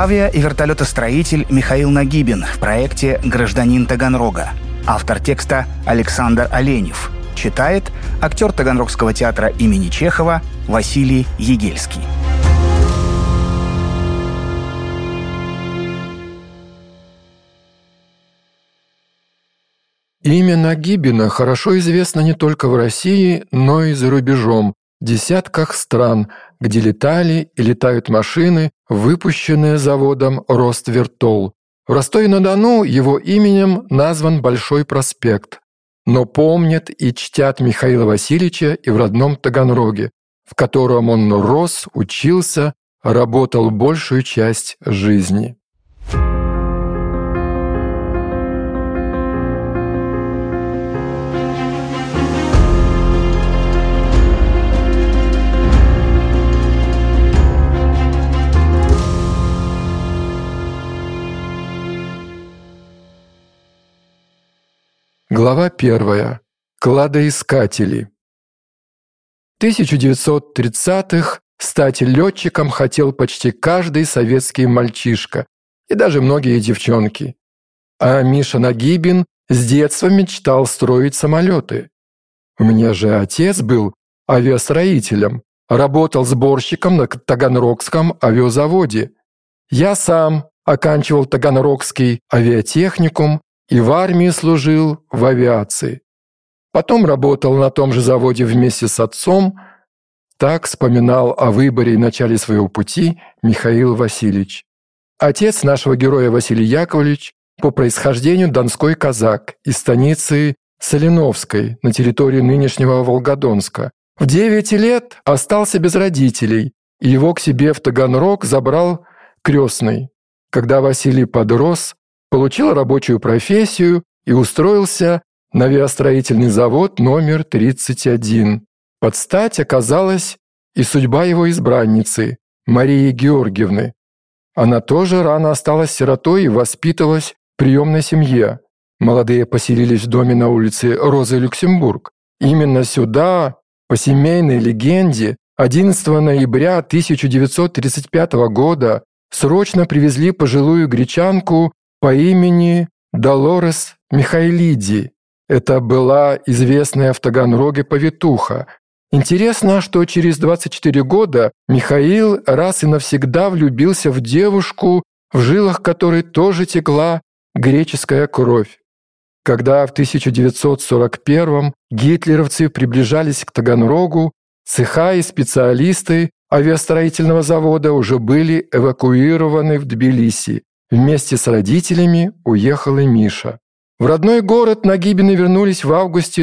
Авиа- и вертолетостроитель Михаил Нагибин в проекте «Гражданин Таганрога». Автор текста Александр Оленев. Читает актер Таганрогского театра имени Чехова Василий Егельский. Имя Нагибина хорошо известно не только в России, но и за рубежом, в десятках стран, где летали и летают машины, выпущенные заводом «Роствертол». В Ростове-на-Дону его именем назван Большой проспект. Но помнят и чтят Михаила Васильевича и в родном Таганроге, в котором он рос, учился, работал большую часть жизни. Глава 1. Кладоискатели. В 1930-х стать летчиком хотел почти каждый советский мальчишка и даже многие девчонки. А Миша Нагибин с детства мечтал строить самолеты. У меня же отец был авиастроителем, работал сборщиком на Таганрогском авиазаводе. Я сам оканчивал Таганрогский авиатехникум и в армии служил в авиации. Потом работал на том же заводе вместе с отцом. Так вспоминал о выборе и начале своего пути Михаил Васильевич. Отец нашего героя Василий Яковлевич по происхождению донской казак из станицы Соленовской на территории нынешнего Волгодонска. В 9 лет остался без родителей, и его к себе в Таганрог забрал крестный. Когда Василий подрос, получил рабочую профессию и устроился на авиастроительный завод номер 31. Под стать оказалась и судьба его избранницы, Марии Георгиевны. Она тоже рано осталась сиротой и воспитывалась в приемной семье. Молодые поселились в доме на улице Розы Люксембург. Именно сюда, по семейной легенде, 11 ноября 1935 года срочно привезли пожилую гречанку по имени Долорес Михайлиди. Это была известная в Таганроге повитуха. Интересно, что через 24 года Михаил раз и навсегда влюбился в девушку, в жилах которой тоже текла греческая кровь. Когда в 1941-м гитлеровцы приближались к Таганрогу, цеха и специалисты авиастроительного завода уже были эвакуированы в Тбилиси. Вместе с родителями уехал и Миша. В родной город Нагибины вернулись в августе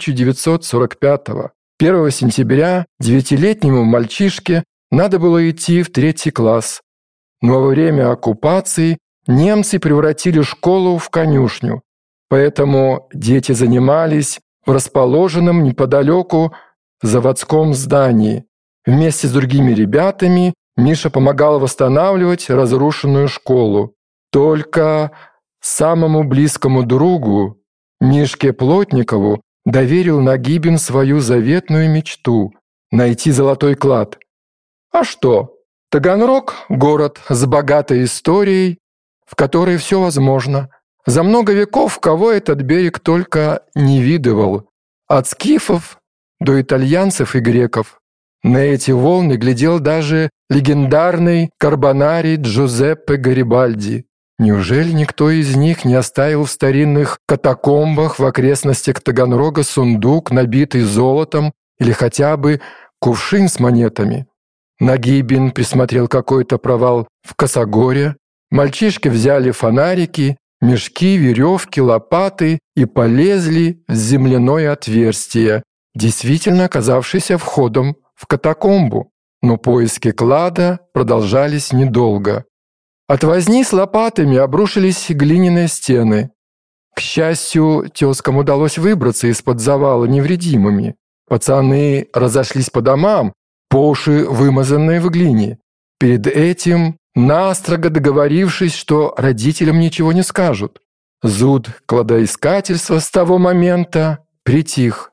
1945-го. 1 сентября 9-летнему мальчишке надо было идти в 3 класс. Но во время оккупации немцы превратили школу в конюшню. Поэтому дети занимались в расположенном неподалеку заводском здании. Вместе с другими ребятами Миша помогал восстанавливать разрушенную школу. Только самому близкому другу, Мишке Плотникову, доверил Нагибин свою заветную мечту – найти золотой клад. А что? Таганрог – город с богатой историей, в которой все возможно. За много веков кого этот берег только не видывал. От скифов до итальянцев и греков. На эти волны глядел даже легендарный карбонарий Джузеппе Гарибальди. Неужели никто из них не оставил в старинных катакомбах в окрестностях Таганрога сундук, набитый золотом, или хотя бы кувшин с монетами? Нагибин присмотрел какой-то провал в Косогоре. Мальчишки взяли фонарики, мешки, веревки, лопаты и полезли в земляное отверстие, действительно оказавшееся входом в катакомбу. Но поиски клада продолжались недолго. От возни с лопатами обрушились глиняные стены. К счастью, тёзкам удалось выбраться из-под завала невредимыми. Пацаны разошлись по домам, по уши вымазанные в глине. Перед этим настрого договорившись, что родителям ничего не скажут. Зуд кладоискательства с того момента притих.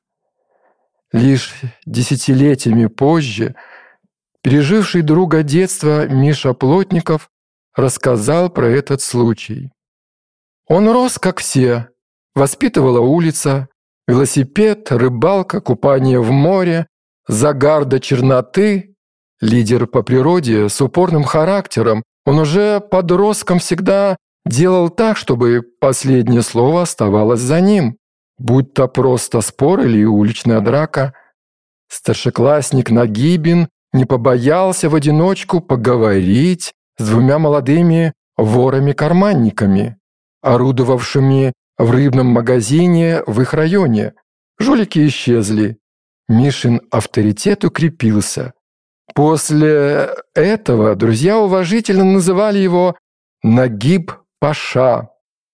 Лишь десятилетиями позже переживший друга детства Миша Плотников рассказал про этот случай. Он рос, как все. Воспитывала улица, велосипед, рыбалка, купание в море, загар до черноты. Лидер по природе с упорным характером, он уже подростком всегда делал так, чтобы последнее слово оставалось за ним, будь то просто спор или уличная драка. Старшеклассник Нагибин не побоялся в одиночку поговорить с двумя молодыми ворами-карманниками, орудовавшими в рыбном магазине в их районе. Жулики исчезли. Мишин авторитет укрепился. После этого друзья уважительно называли его Нагиб Паша.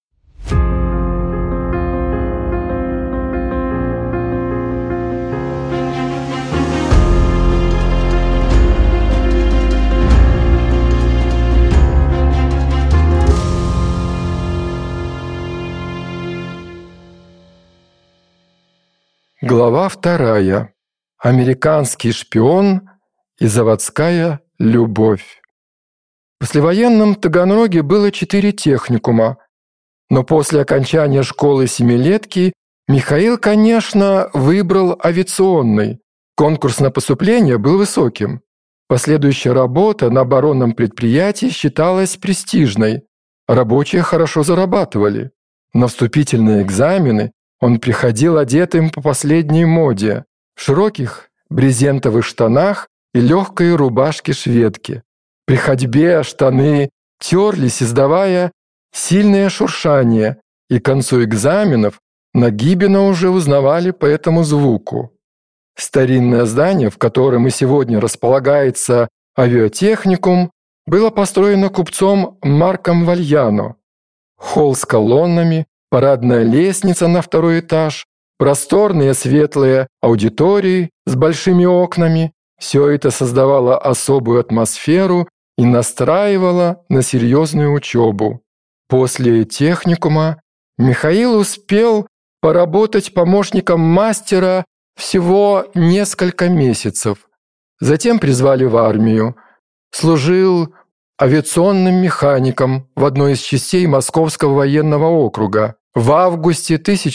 Глава 2. Американский шпион и заводская любовь. В послевоенном Таганроге было 4 техникума, но после окончания школы семилетки Михаил, конечно, выбрал авиационный. Конкурс на поступление был высоким. Последующая работа на оборонном предприятии считалась престижной. Рабочие хорошо зарабатывали. На вступительные экзамены он приходил одетым по последней моде, в широких брезентовых штанах и легкой рубашке-шведке. При ходьбе штаны терлись, издавая сильное шуршание, и к концу экзаменов Нагибина уже узнавали по этому звуку. Старинное здание, в котором и сегодня располагается авиатехникум, было построено купцом Марком Вальяно. Холл с колоннами, парадная лестница на 2-й этаж, просторные светлые аудитории с большими окнами – все это создавало особую атмосферу и настраивало на серьезную учебу. После техникума Михаил успел поработать помощником мастера всего несколько месяцев. Затем призвали в армию. Служил авиационным механиком в одной из частей Московского военного округа. В августе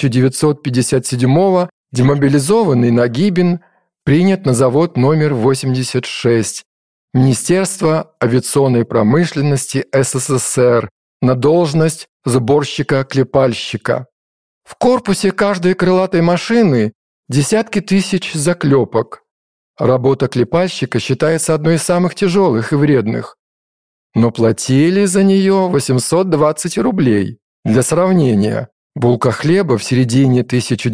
1957-го демобилизованный Нагибин принят на завод номер 86 Министерства авиационной промышленности СССР на должность сборщика-клепальщика. В корпусе каждой крылатой машины десятки тысяч заклепок. Работа клепальщика считается одной из самых тяжелых и вредных. Но платили за нее 820 рублей. Для сравнения, булка хлеба в середине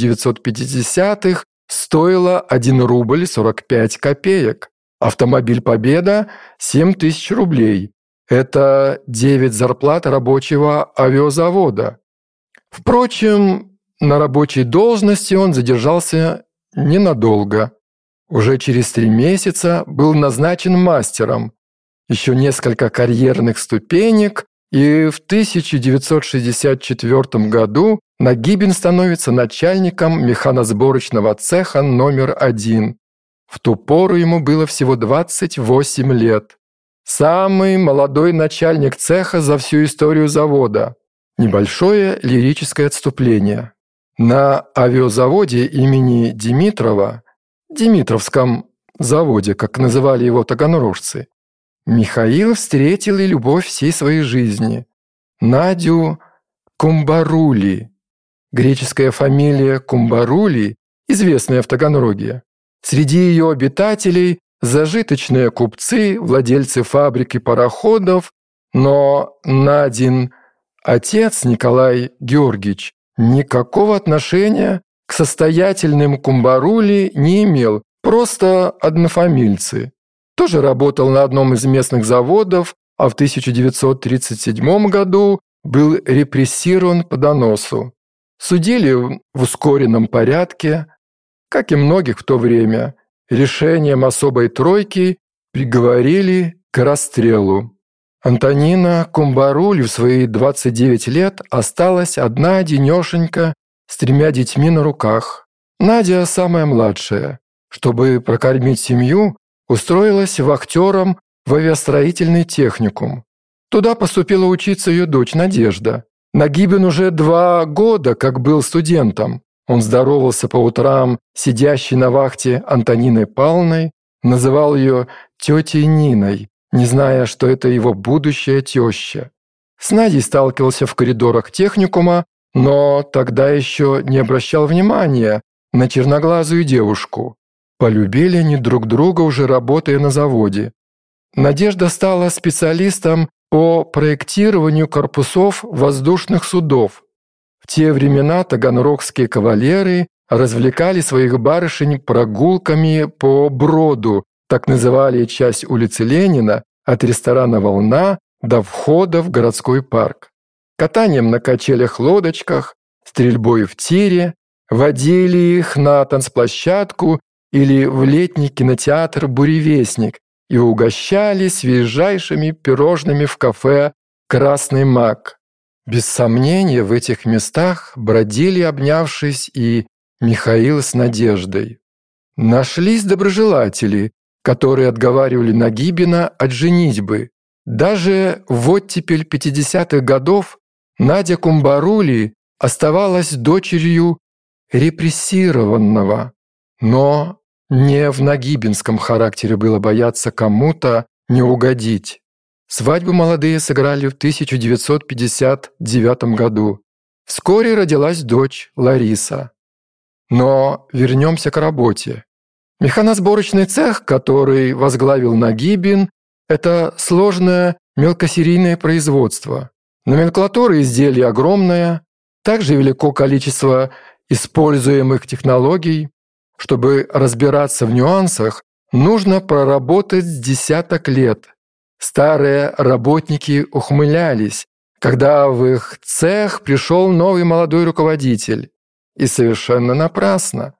1950-х стоила 1 рубль 45 копеек. Автомобиль «Победа» – 7 тысяч рублей. Это 9 зарплат рабочего авиазавода. Впрочем, на рабочей должности он задержался ненадолго. Уже через 3 месяца был назначен мастером. Еще несколько карьерных ступенек, и в 1964 году Нагибин становится начальником механосборочного цеха номер 1. В ту пору ему было всего 28 лет. Самый молодой начальник цеха за всю историю завода. Небольшое лирическое отступление. На авиазаводе имени Димитрова, Димитровском заводе, как называли его таганрожцы, Михаил встретил и любовь всей своей жизни – Надю Кумбарули. Греческая фамилия Кумбарули, известная в Таганроге. Среди ее обитателей зажиточные купцы, владельцы фабрик и пароходов, но Надин отец Николай Георгиевич никакого отношения к состоятельным Кумбарули не имел, просто однофамильцы. Тоже работал на одном из местных заводов, а в 1937 году был репрессирован по доносу. Судили в ускоренном порядке, как и многих в то время. Решением особой тройки приговорили к расстрелу. Антонина Кумбарули в свои 29 лет осталась одна-одинешенька с 3 детьми на руках. Надя самая младшая. Чтобы прокормить семью, устроилась вахтером в авиастроительный техникум. Туда поступила учиться ее дочь Надежда. Нагибин уже 2 года как был студентом. Он здоровался по утрам сидящей на вахте Антониной Павловной, называл ее тетей Ниной, не зная, что это его будущая теща. С Надей сталкивался в коридорах техникума, но тогда еще не обращал внимания на черноглазую девушку. Полюбили они друг друга, уже работая на заводе. Надежда стала специалистом по проектированию корпусов воздушных судов. В те времена таганрогские кавалеры развлекали своих барышень прогулками по Броду, так называли часть улицы Ленина, от ресторана «Волна» до входа в городской парк. Катанием на качелях-лодочках, стрельбой в тире, водили их на танцплощадку или в летний кинотеатр «Буревестник» и угощали свежайшими пирожными в кафе «Красный мак». Без сомнения, в этих местах бродили, обнявшись, и Михаил с Надеждой. Нашлись доброжелатели, которые отговаривали Нагибина от женитьбы. Даже в оттепель 50-х годов Надя Кумбарули оставалась дочерью репрессированного. Но не в нагибинском характере было бояться кому-то не угодить. Свадьбу молодые сыграли в 1959 году. Вскоре родилась дочь Лариса. Но вернемся к работе. Механосборочный цех, который возглавил Нагибин, это сложное мелкосерийное производство. Номенклатура изделий огромная, также велико количество используемых технологий. Чтобы разбираться в нюансах, нужно проработать с 10 лет. Старые работники ухмылялись, когда в их цех пришел новый молодой руководитель. И совершенно напрасно.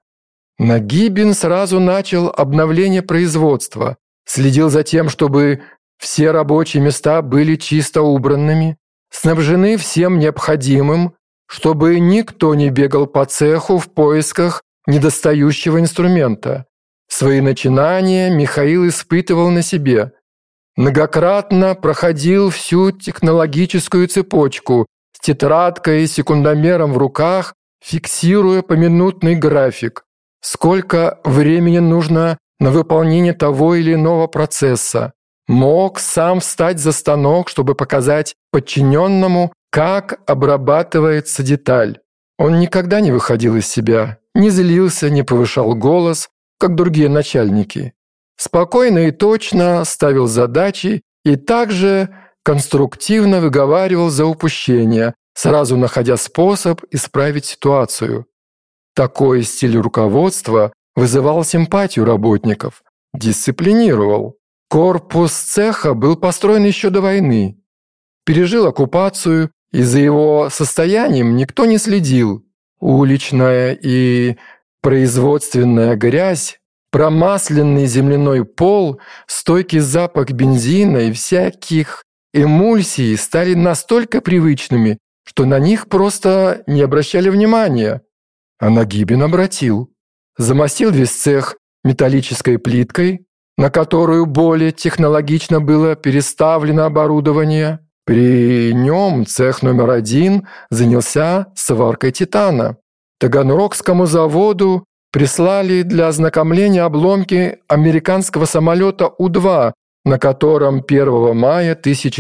Нагибин сразу начал обновление производства, следил за тем, чтобы все рабочие места были чисто убранными, снабжены всем необходимым, чтобы никто не бегал по цеху в поисках недостающего инструмента. Свои начинания Михаил испытывал на себе. Многократно проходил всю технологическую цепочку с тетрадкой и секундомером в руках, фиксируя поминутный график. Сколько времени нужно на выполнение того или иного процесса. Мог сам встать за станок, чтобы показать подчиненному, как обрабатывается деталь. Он никогда не выходил из себя, не злился, не повышал голос, как другие начальники. Спокойно и точно ставил задачи и также конструктивно выговаривал за упущения, сразу находя способ исправить ситуацию. Такой стиль руководства вызывал симпатию работников, дисциплинировал. Корпус цеха был построен еще до войны. Пережил оккупацию, и за его состоянием никто не следил. Уличная и производственная грязь, промасленный земляной пол, стойкий запах бензина и всяких эмульсий стали настолько привычными, что на них просто не обращали внимания. А Нагибин обратил. Замостил весь цех металлической плиткой, на которую более технологично было переставлено оборудование. При нем цех номер 1 занялся сваркой титана. Таганрогскому заводу прислали для ознакомления обломки американского самолета У-2, на котором 1 мая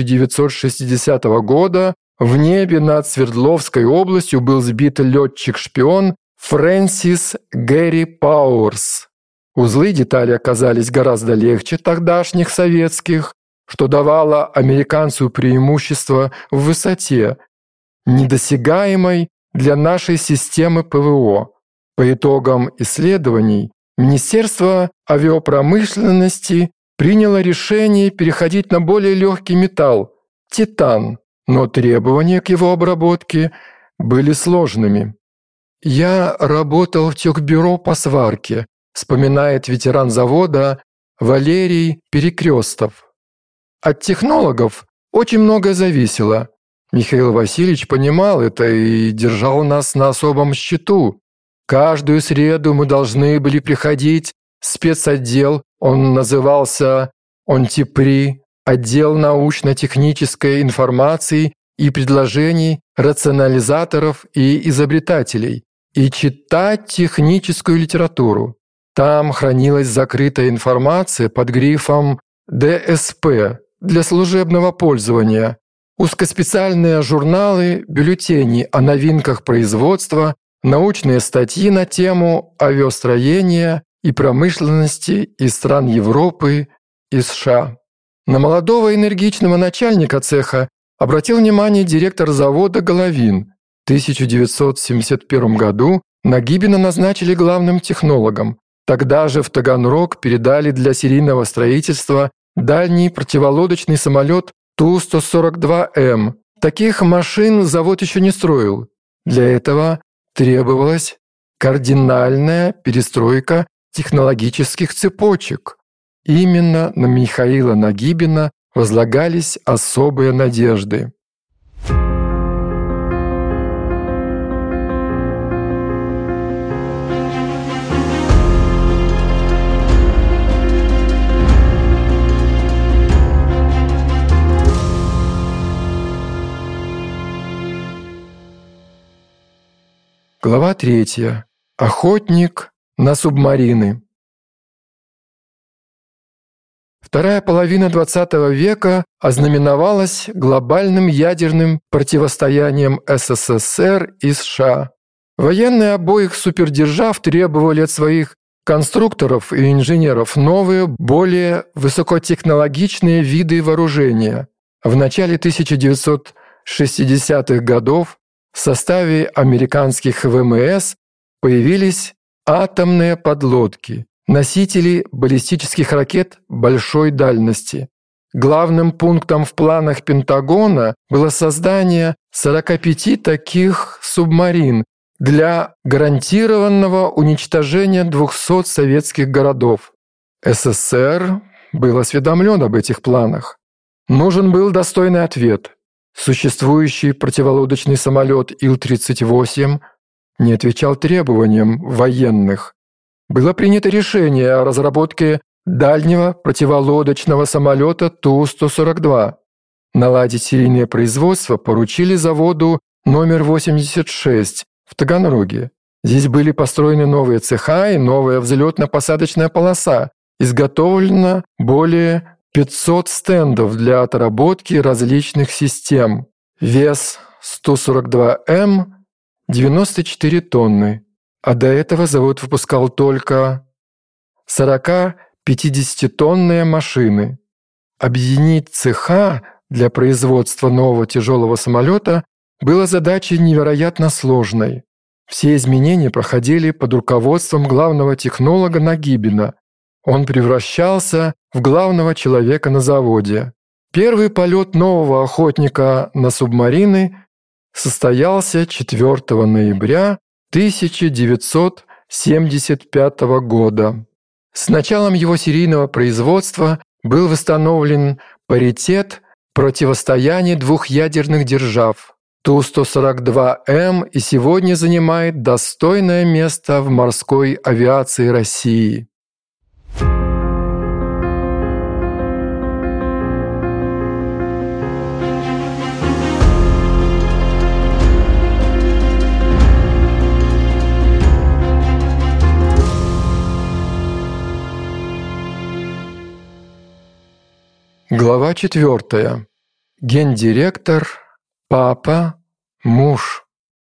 1960 года в небе над Свердловской областью был сбит летчик-шпион Фрэнсис Гэри Пауэрс. Узлы и детали оказались гораздо легче тогдашних советских, что давало американцу преимущество в высоте, недосягаемой для нашей системы ПВО. По итогам исследований Министерство авиапромышленности приняло решение переходить на более легкий металл – титан, но требования к его обработке были сложными. «Я работал в техбюро по сварке», вспоминает ветеран завода Валерий Перекрестов. От технологов очень многое зависело. Михаил Васильевич понимал это и держал нас на особом счету. Каждую среду мы должны были приходить в спецотдел, он назывался «Онтипри», отдел научно-технической информации и предложений рационализаторов и изобретателей, и читать техническую литературу. Там хранилась закрытая информация под грифом «ДСП» для служебного пользования, узкоспециальные журналы, бюллетени о новинках производства, научные статьи на тему авиастроения и промышленности из стран Европы и США. На молодого энергичного начальника цеха обратил внимание директор завода Головин. В 1971 году Нагибина назначили главным технологом. Тогда же в Таганрог передали для серийного строительства дальний противолодочный самолет Ту-142М. Таких машин завод еще не строил. Для этого требовалась кардинальная перестройка технологических цепочек. Именно на Михаила Нагибина возлагались особые надежды. Глава 3. Охотник на субмарины. Вторая половина XX века ознаменовалась глобальным ядерным противостоянием СССР и США. Военные обоих супердержав требовали от своих конструкторов и инженеров новые, более высокотехнологичные виды вооружения. В начале 1960-х годов в составе американских ВМС появились атомные подлодки, носители баллистических ракет большой дальности. Главным пунктом в планах Пентагона было создание 45 таких субмарин для гарантированного уничтожения 200 советских городов. СССР был осведомлен об этих планах. Нужен был достойный ответ. Существующий противолодочный самолет Ил-38 не отвечал требованиям военных. Было принято решение о разработке дальнего противолодочного самолета Ту-142. Наладить серийное производство поручили заводу номер 86 в Таганроге. Здесь были построены новые цеха и новая взлетно-посадочная полоса. Изготовлено более 500 стендов для отработки различных систем. Вес Ту-142М – 94 тонны, а до этого завод выпускал только 40-50-тонные машины. Объединить цеха для производства нового тяжелого самолета было задачей невероятно сложной. Все изменения проходили под руководством главного технолога Нагибина. Он превращался в главного человека на заводе. Первый полет нового охотника на субмарины состоялся 4 ноября 1975 года. С началом его серийного производства был восстановлен паритет противостояния двух ядерных держав. Ту-142М и сегодня занимает достойное место в морской авиации России. Глава 4. Гендиректор, папа, муж.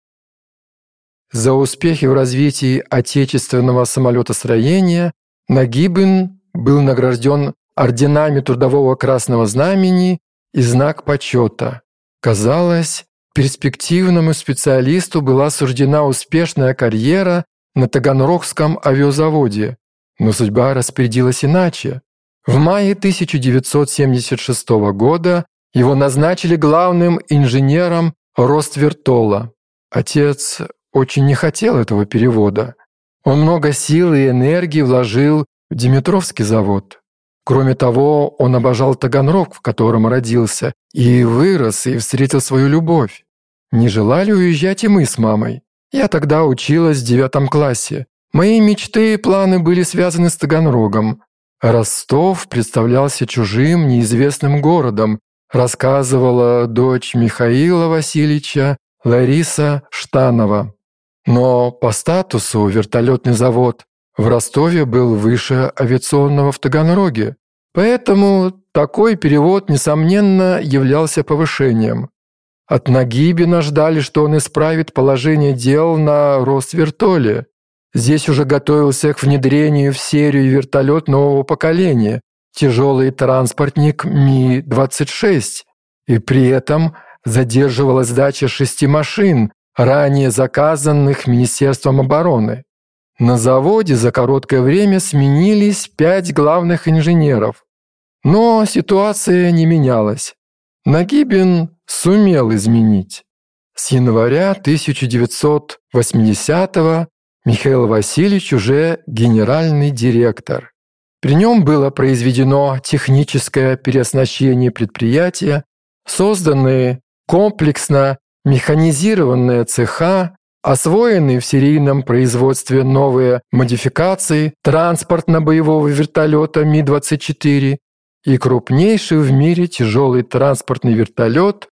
За успехи в развитии отечественного самолетостроения Нагибин был награжден орденами Трудового Красного Знамени и Знак почета. Казалось, перспективному специалисту была суждена успешная карьера на Таганрогском авиазаводе, но судьба распорядилась иначе. В мае 1976 года его назначили главным инженером Роствертола. Отец очень не хотел этого перевода. Он много сил и энергии вложил в Димитровский завод. Кроме того, он обожал Таганрог, в котором родился, и вырос, и встретил свою любовь. Не желали уезжать и мы с мамой. Я тогда училась в 9 классе. Мои мечты и планы были связаны с Таганрогом. Ростов представлялся чужим, неизвестным городом, рассказывала дочь Михаила Васильевича Лариса Штанова. Но по статусу вертолетный завод в Ростове был выше авиационного в Таганроге, поэтому такой перевод, несомненно, являлся повышением. От Нагибина ждали, что он исправит положение дел на Росвертоле. Здесь уже готовился к внедрению в серию вертолет нового поколения, тяжелый транспортник Ми-26, и при этом задерживалась сдача 6 машин, ранее заказанных Министерством обороны. На заводе за короткое время сменились 5 главных инженеров. Но ситуация не менялась. Нагибин сумел изменить. С января 1980-го Михаил Васильевич уже генеральный директор. При нем было произведено техническое переоснащение предприятия, созданы комплексно механизированные цеха, освоены в серийном производстве новые модификации транспортно-боевого вертолета Ми-24 и крупнейший в мире тяжелый транспортный вертолет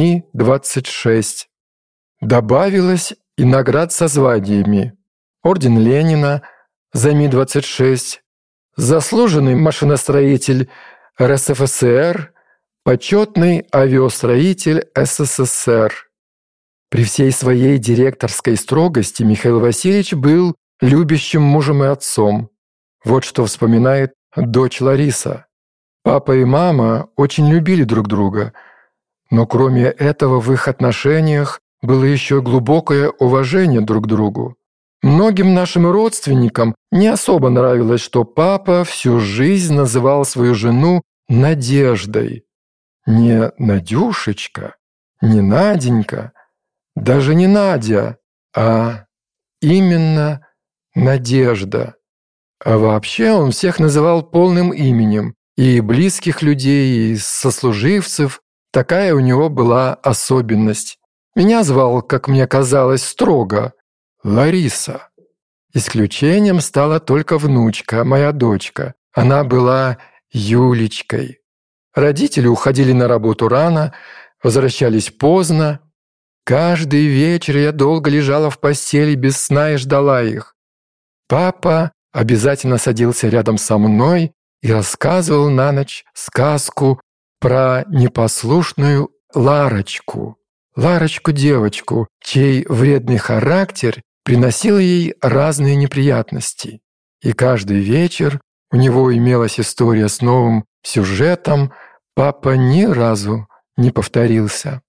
Ми-26. Добавилось и наград со званиями: Орден Ленина за Ми-26, заслуженный машиностроитель РСФСР, почетный авиастроитель СССР. При всей своей директорской строгости Михаил Васильевич был любящим мужем и отцом. Вот что вспоминает дочь Лариса. Папа и мама очень любили друг друга, но кроме этого в их отношениях было еще глубокое уважение друг к другу. Многим нашим родственникам не особо нравилось, что папа всю жизнь называл свою жену Надеждой. Не Надюшечка, не Наденька, даже не Надя, а именно Надежда. А вообще он всех называл полным именем, и близких людей, и сослуживцев. Такая у него была особенность. Меня звал, как мне казалось, строго Лариса. Исключением стала только внучка, моя дочка. Она была Юлечкой. Родители уходили на работу рано, возвращались поздно. Каждый вечер я долго лежала в постели без сна и ждала их. Папа обязательно садился рядом со мной и рассказывал на ночь сказку про непослушную Ларочку. Ларочку-девочку, чей вредный характер приносил ей разные неприятности. И каждый вечер у него имелась история с новым сюжетом, папа ни разу не повторился.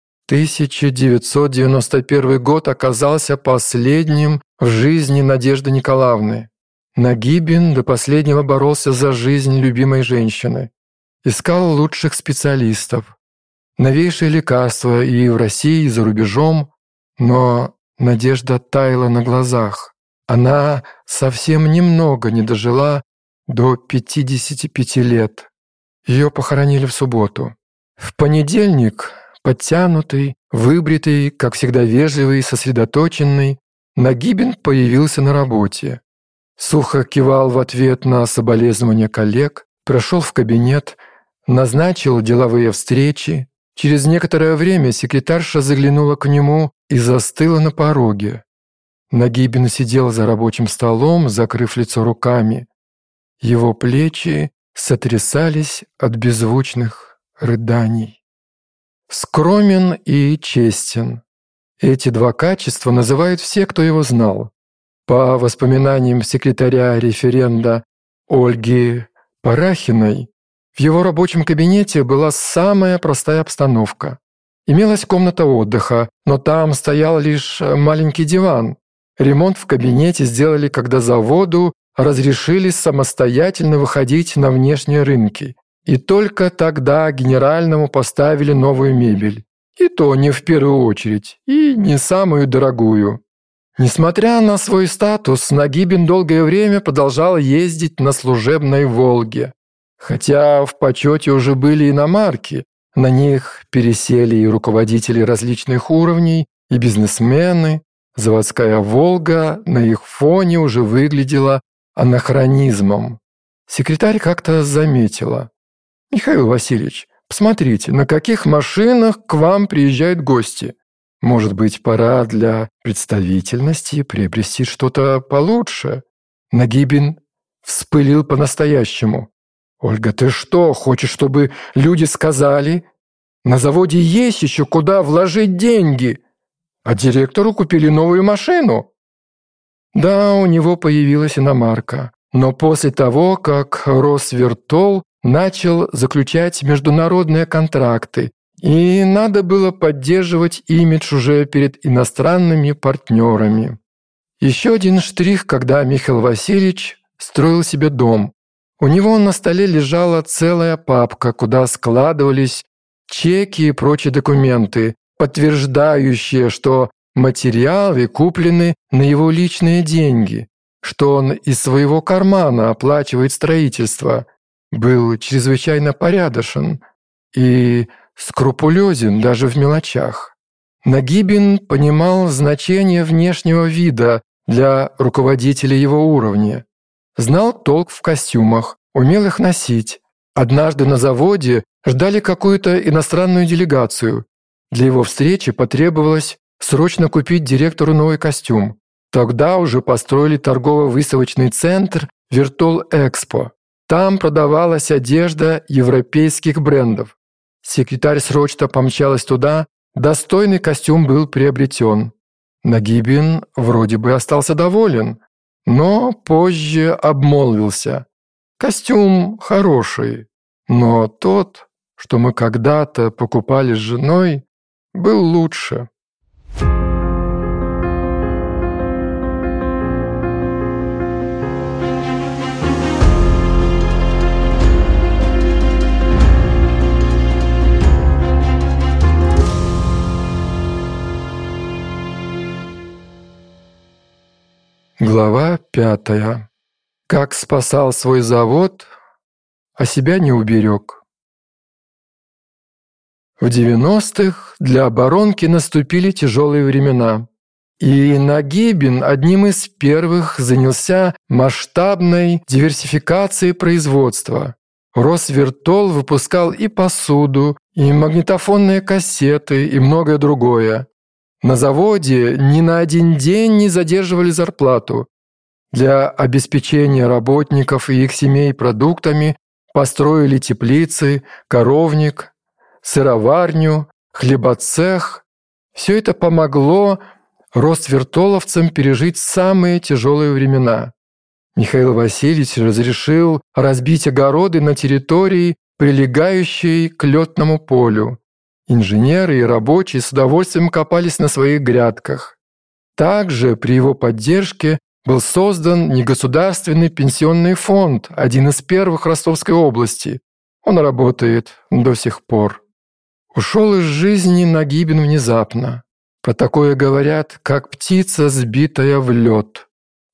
1991 год оказался последним в жизни Надежды Николаевны. Нагибин до последнего боролся за жизнь любимой женщины. Искал лучших специалистов, новейшие лекарства и в России, и за рубежом, но надежда таяла на глазах. Она совсем немного не дожила до 55 лет. Ее похоронили в субботу. В понедельник, подтянутый, выбритый, как всегда вежливый и сосредоточенный, Нагибин появился на работе. Сухо кивал в ответ на соболезнования коллег, прошел в кабинет, назначил деловые встречи. Через некоторое время секретарша заглянула к нему и застыла на пороге. Нагибин сидел за рабочим столом, закрыв лицо руками. Его плечи сотрясались от беззвучных рыданий. Скромен и честен. Эти два качества называют все, кто его знал. По воспоминаниям секретаря референда Ольги Парахиной, в его рабочем кабинете была самая простая обстановка. Имелась комната отдыха, но там стоял лишь маленький диван. Ремонт в кабинете сделали, когда заводу разрешили самостоятельно выходить на внешние рынки. И только тогда генеральному поставили новую мебель. И то не в первую очередь, и не самую дорогую. Несмотря на свой статус, Нагибин долгое время продолжал ездить на служебной «Волге». Хотя в почете уже были иномарки, на них пересели и руководители различных уровней, и бизнесмены. Заводская «Волга» на их фоне уже выглядела анахронизмом. Секретарь как-то заметила: «Михаил Васильевич, посмотрите, на каких машинах к вам приезжают гости. Может быть, пора для представительности приобрести что-то получше?» Нагибин вспылил по-настоящему. «Ольга, ты что, хочешь, чтобы люди сказали? На заводе есть еще куда вложить деньги, а директору купили новую машину». Да, у него появилась иномарка, но после того, как Росвертол начал заключать международные контракты, и надо было поддерживать имидж уже перед иностранными партнерами. Еще один штрих, когда Михаил Васильевич строил себе дом. У него на столе лежала целая папка, куда складывались чеки и прочие документы, подтверждающие, что материалы куплены на его личные деньги, что он из своего кармана оплачивает строительство, был чрезвычайно порядочен и скрупулезен даже в мелочах. Нагибин понимал значение внешнего вида для руководителя его уровня, знал толк в костюмах, умел их носить. Однажды на заводе ждали какую-то иностранную делегацию. Для его встречи потребовалось срочно купить директору новый костюм. Тогда уже построили торгово-выставочный центр «Вертол Экспо». Там продавалась одежда европейских брендов. Секретарь срочно помчалась туда, достойный костюм был приобретен. Нагибин вроде бы остался доволен, но позже обмолвился. Костюм хороший, но тот, что мы когда-то покупали с женой, был лучше. Глава 5. Как спасал свой завод, а себя не уберег. В 90-х для оборонки наступили тяжелые времена, и Нагибин одним из первых занялся масштабной диверсификацией производства. Росвертол выпускал и посуду, и магнитофонные кассеты, и многое другое. На заводе ни на один день не задерживали зарплату. Для обеспечения работников и их семей продуктами построили теплицы, коровник, сыроварню, хлебоцех. Все это помогло росвертоловцам пережить самые тяжелые времена. Михаил Васильевич разрешил разбить огороды на территории, прилегающей к летному полю. Инженеры и рабочие с удовольствием копались на своих грядках. Также при его поддержке был создан негосударственный пенсионный фонд, один из первых в Ростовской области. Он работает до сих пор. Ушел из жизни Нагибин внезапно. Про такое говорят, как птица, сбитая в лед.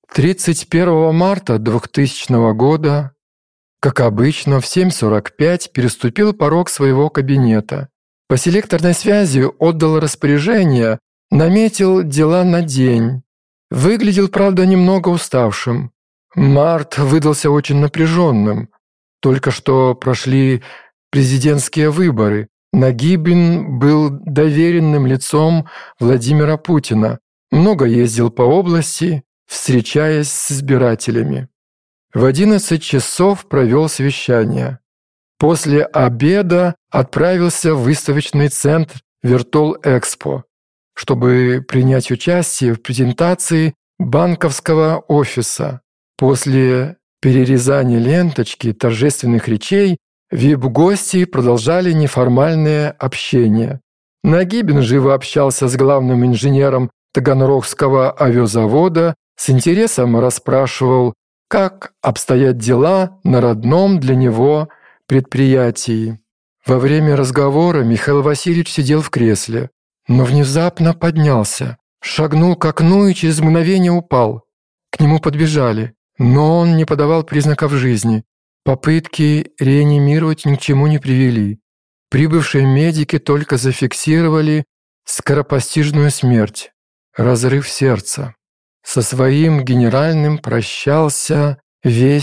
31 марта 2000 года, как обычно, в 7:45 переступил порог своего кабинета. По селекторной связи отдал распоряжение, наметил дела на день. Выглядел, правда, немного уставшим. Март выдался очень напряженным. Только что прошли президентские выборы. Нагибин был доверенным лицом Владимира Путина. Много ездил по области, встречаясь с избирателями. В 11 часов провел совещание. После обеда отправился в выставочный центр «Вертол Экспо», чтобы принять участие в презентации банковского офиса. После перерезания ленточки торжественных речей вип-гости продолжали неформальное общение. Нагибин живо общался с главным инженером Таганрогского авиазавода, с интересом расспрашивал, как обстоят дела на родном для него предприятии. Во время разговора Михаил Васильевич сидел в кресле, но внезапно поднялся, шагнул к окну и через мгновение упал. К нему подбежали, но он не подавал признаков жизни. Попытки реанимировать ни к чему не привели. Прибывшие медики только зафиксировали скоропостижную смерть, разрыв сердца. Со своим генеральным прощался весь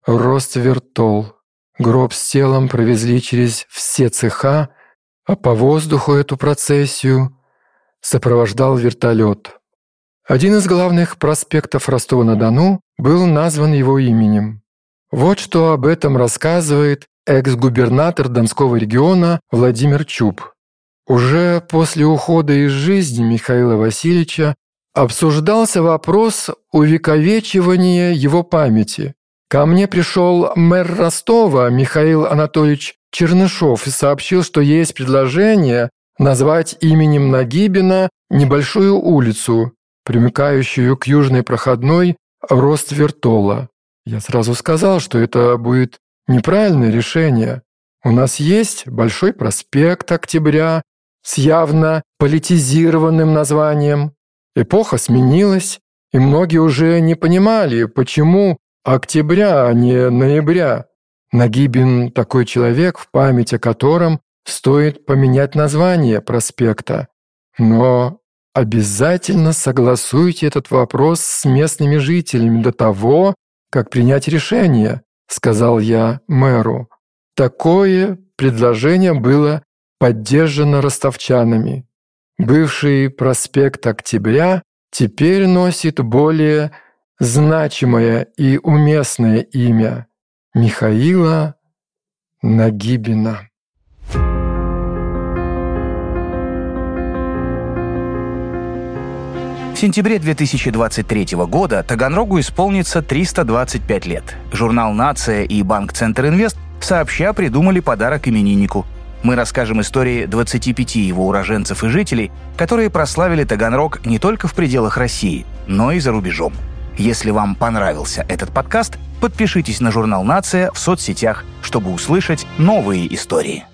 Роствертол. Гроб с телом провезли через все цеха, а по воздуху эту процессию сопровождал вертолет. Один из главных проспектов Ростова-на-Дону был назван его именем. Вот что об этом рассказывает экс-губернатор Донского региона Владимир Чуб. Уже после ухода из жизни Михаила Васильевича обсуждался вопрос увековечивания его памяти. Ко мне пришел мэр Ростова Михаил Анатольевич Чернышов и сообщил, что есть предложение назвать именем Нагибина небольшую улицу, примыкающую к южной проходной Роствертола. Я сразу сказал, что это будет неправильное решение. У нас есть Большой проспект Октября с явно политизированным названием. Эпоха сменилась, и многие уже не понимали, почему Октября, а не Ноября. Нагибин – такой человек, в память о котором стоит поменять название проспекта. Но обязательно согласуйте этот вопрос с местными жителями до того, как принять решение, сказал я мэру. Такое предложение было поддержано ростовчанами. Бывший проспект Октября теперь носит более значимое и уместное имя – Михаила Нагибина. В сентябре 2023 года Таганрогу исполнится 325 лет. Журнал «Нация» и банк «Центр Инвест» сообща придумали подарок имениннику. Мы расскажем истории 25 его уроженцев и жителей, которые прославили Таганрог не только в пределах России, но и за рубежом. Если вам понравился этот подкаст, подпишитесь на журнал «Нация» в соцсетях, чтобы услышать новые истории.